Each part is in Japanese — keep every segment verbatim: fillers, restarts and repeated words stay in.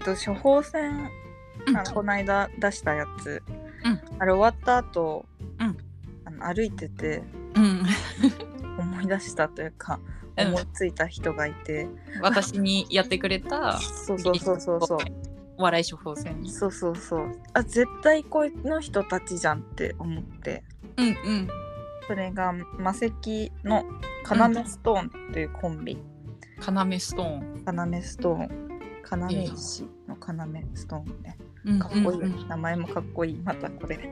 と処方箋、 うん、 あのこの間出したやつ、 うん、 あれ終わった後、 うん、 あの歩いててうん思い出したというか、 うん、 思いついた人がいて、 私にやってくれたそうそうそうそうそう笑い処方箋。 そうそうそうあ絶対この人たちじゃんって思って、 うんうん。 それがマセキのカナメストーンというコンビ、 カナメストーン、 カナメストーンカナメ石のカナメストーンね、 うん、 かっこいい、 うんうん、 名前もかっこいい、またこれ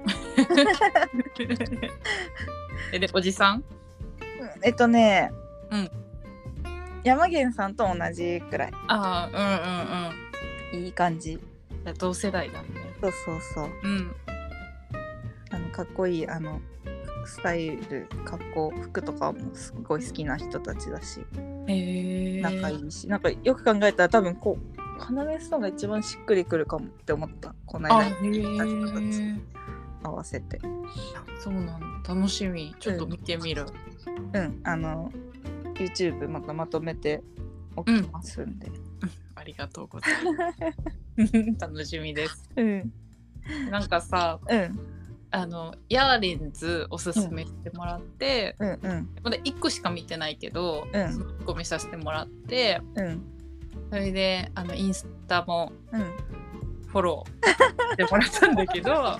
えでおじさん、 えっとね、 うん、 山源さんと同じくらいああ、うんうんうん、 いい感じ。 同世代だね。 そうそうそう、 うん、 あのかっこいい、あのスタイル、格好、服とかもすごい好きな人たちだし、 へえ、 仲いいし、なんかよく考えたら多分こうカナメストーンが一番しっくりくるかもって思った、この間あ、へ見た人たちえ、 合わせて。 そうなんだ、楽しみ、ちょっと見てみる。 うん、うん、あの YouTube またまとめておきますんで、うん、 ありがとうございます楽しみです。 うん、 なんかさ、 うん、 あのヤーレンズおすすめしてもらって、 うん、うん、 まだいっこしか見てないけど、 うん、 いっこ見させてもらって、 うん、 それであのインスタもうん、 フォローしてもらったんだけど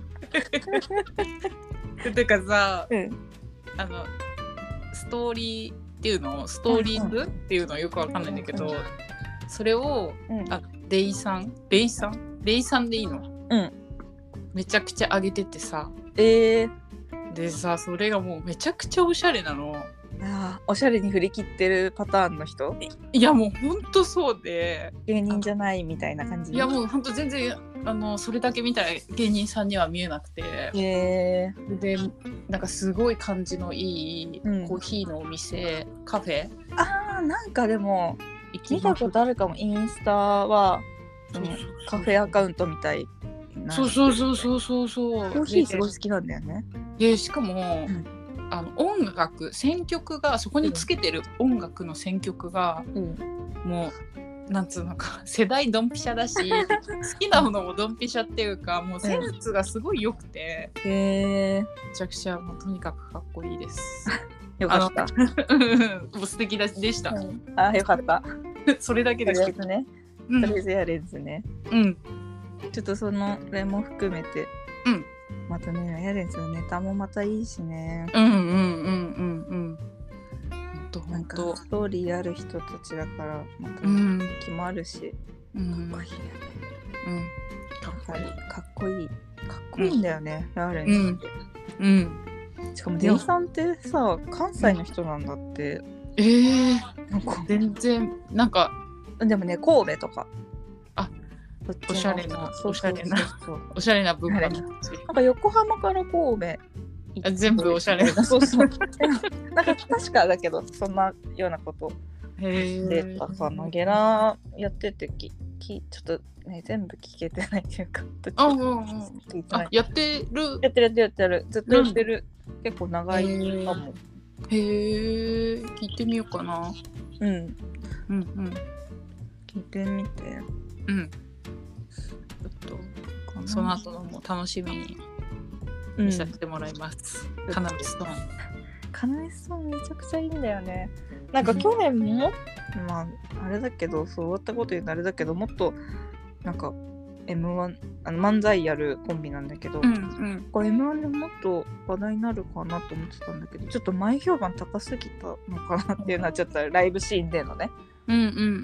てかさ、 うん、 あのストーリーっていうのストーリーズっていうのはよくわかんないんだけど、それを、うん、あレイさんレイさんレイさんでいいの、 うん、 めちゃくちゃ上げててさ、 えー、 でさ、それがもうめちゃくちゃおしゃれなの。 あ、おしゃれに振り切ってるパターンの人？ いやもうほんとそうで、 芸人じゃないみたいな感じ？ いやもうほんと全然あのそれだけ見たら芸人さんには見えなくて、 へー、 でなんかすごい感じのいいコーヒーのお店、うん、カフェ、 あー、なんかでも見たことあるかも。インスタはそのカフェアカウントみたいな。 そうそうそうそうそうそう。 コーヒーすごい好きなんだよね。 でしかも、うん、あの音楽選曲がそこにつけてる音楽の選曲が、うん、もうなんつうのか世代ドンピシャだし好きなものもドンピシャっていうか、もうセンスがすごい良くて、 うん、へー、 めちゃくちゃもうとにかくかっこいいですよかった。 もう素敵でした、 うん、あ、よかったそれだけですけどね、とりあえずやれずね、うん、ちょっとそのれも含めて、うん、またね、やれずネタもまたいいしね。 うんうんうんうんうん。 なんかストーリーある人たちだからまた人気もあるし、うん、かっこいいよね。うん。かっこいい。かっこいい。かっこいいんだよね、うん、やれんって。うん。しかもデイさんってさ、関西の人なんだって。うん、 えー、なんか全然なんかでもね、神戸とか。 あ、おしゃれなおしゃれなおしゃれな文化の。なんか横浜から神戸。 全部おしゃれな。 そうそう。なんか確かだけどそんなようなことでたかな。ゲラやっててききちょっとね全部聞けてないというか。 あ、うんうん、あ、やってるやってるやってるやってるずっとやってる、うん、結構長いかも。 へえ、聞いてみようかな。 うんうんうん。聞いてみて。うん。 ちょっとその後のも楽しみに見させてもらいます。うん、カナメストーン。 カナメストーンめちゃくちゃいいんだよね。なんか去年も、うん、まああれだけど、そう終わったこと言うとあれだけど、もっとなんか エムワン あの漫才やるコンビなんだけど、うんうん、これ エムワン でもっと話題になるかなと思ってたんだけど、ちょっと前評判高すぎたのかなっていうのはちょっとライブシーンでのね。うんうんうんうんうん。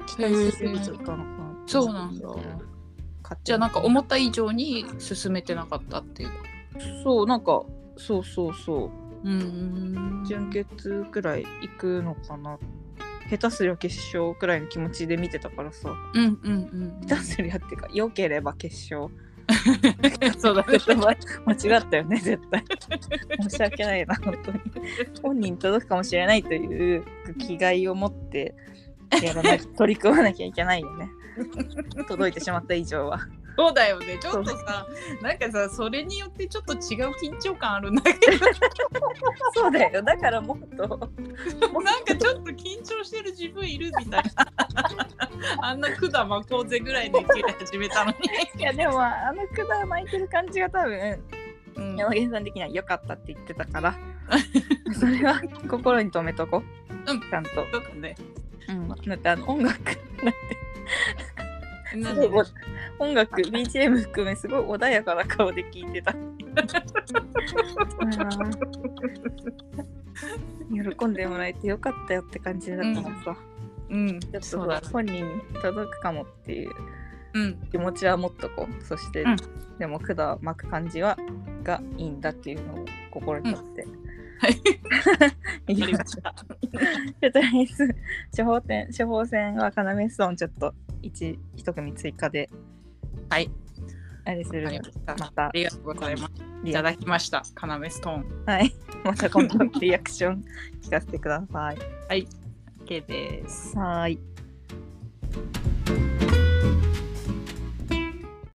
期待しすぎちゃったのかな。 そうなんだ。じゃあなんか思った以上に進めてなかったっていう。 そう、なんかそうそうそう。うん、準決くらい行くのかな。下手すりゃ決勝くらいの気持ちで見てたからさ。うんうんうん、うん。下手すりゃっていうか、良ければ決勝。そうだね。間違ったよね、絶対。申し訳ないな、本当に。本人届くかもしれないという気概を持ってやらな取り組まなきゃいけないよね。届いてしまった以上は。 そうだよね。ちょっとさ、なんかさ、それによってちょっと違う緊張感あるんだけど。 そうだよ。だからもっとなんかちょっと緊張してる自分いるみたいな。あんな管巻こうぜぐらいの勢いで始めたのに。 いやでもあの管巻いてる感じが多分、 うん、 山源さん的には良かったって言ってたからそれは心に留めとこう、うん、ちゃんと。 ちょっとね、 うん、だってあの音楽だってなんで音楽 ビージーエム 含めすごい穏やかな顔で聴いてた喜んでもらえてよかったよって感じだったからさ、 うんうん、 ちょっと本人に届くかもっていう気持ちは持っとこう、うん、そして、うん、でも管巻く感じはがいいんだっていうのを心にとって、うん、はい言いましたとりあえず処方箋処方箋はカナメストーンちょっと 1, 1組追加ではいあれするのでまたありがとうございますいただきましたカナメストーン。 はいまた今度リアクション聞かせてください。 はい OK です。 はい。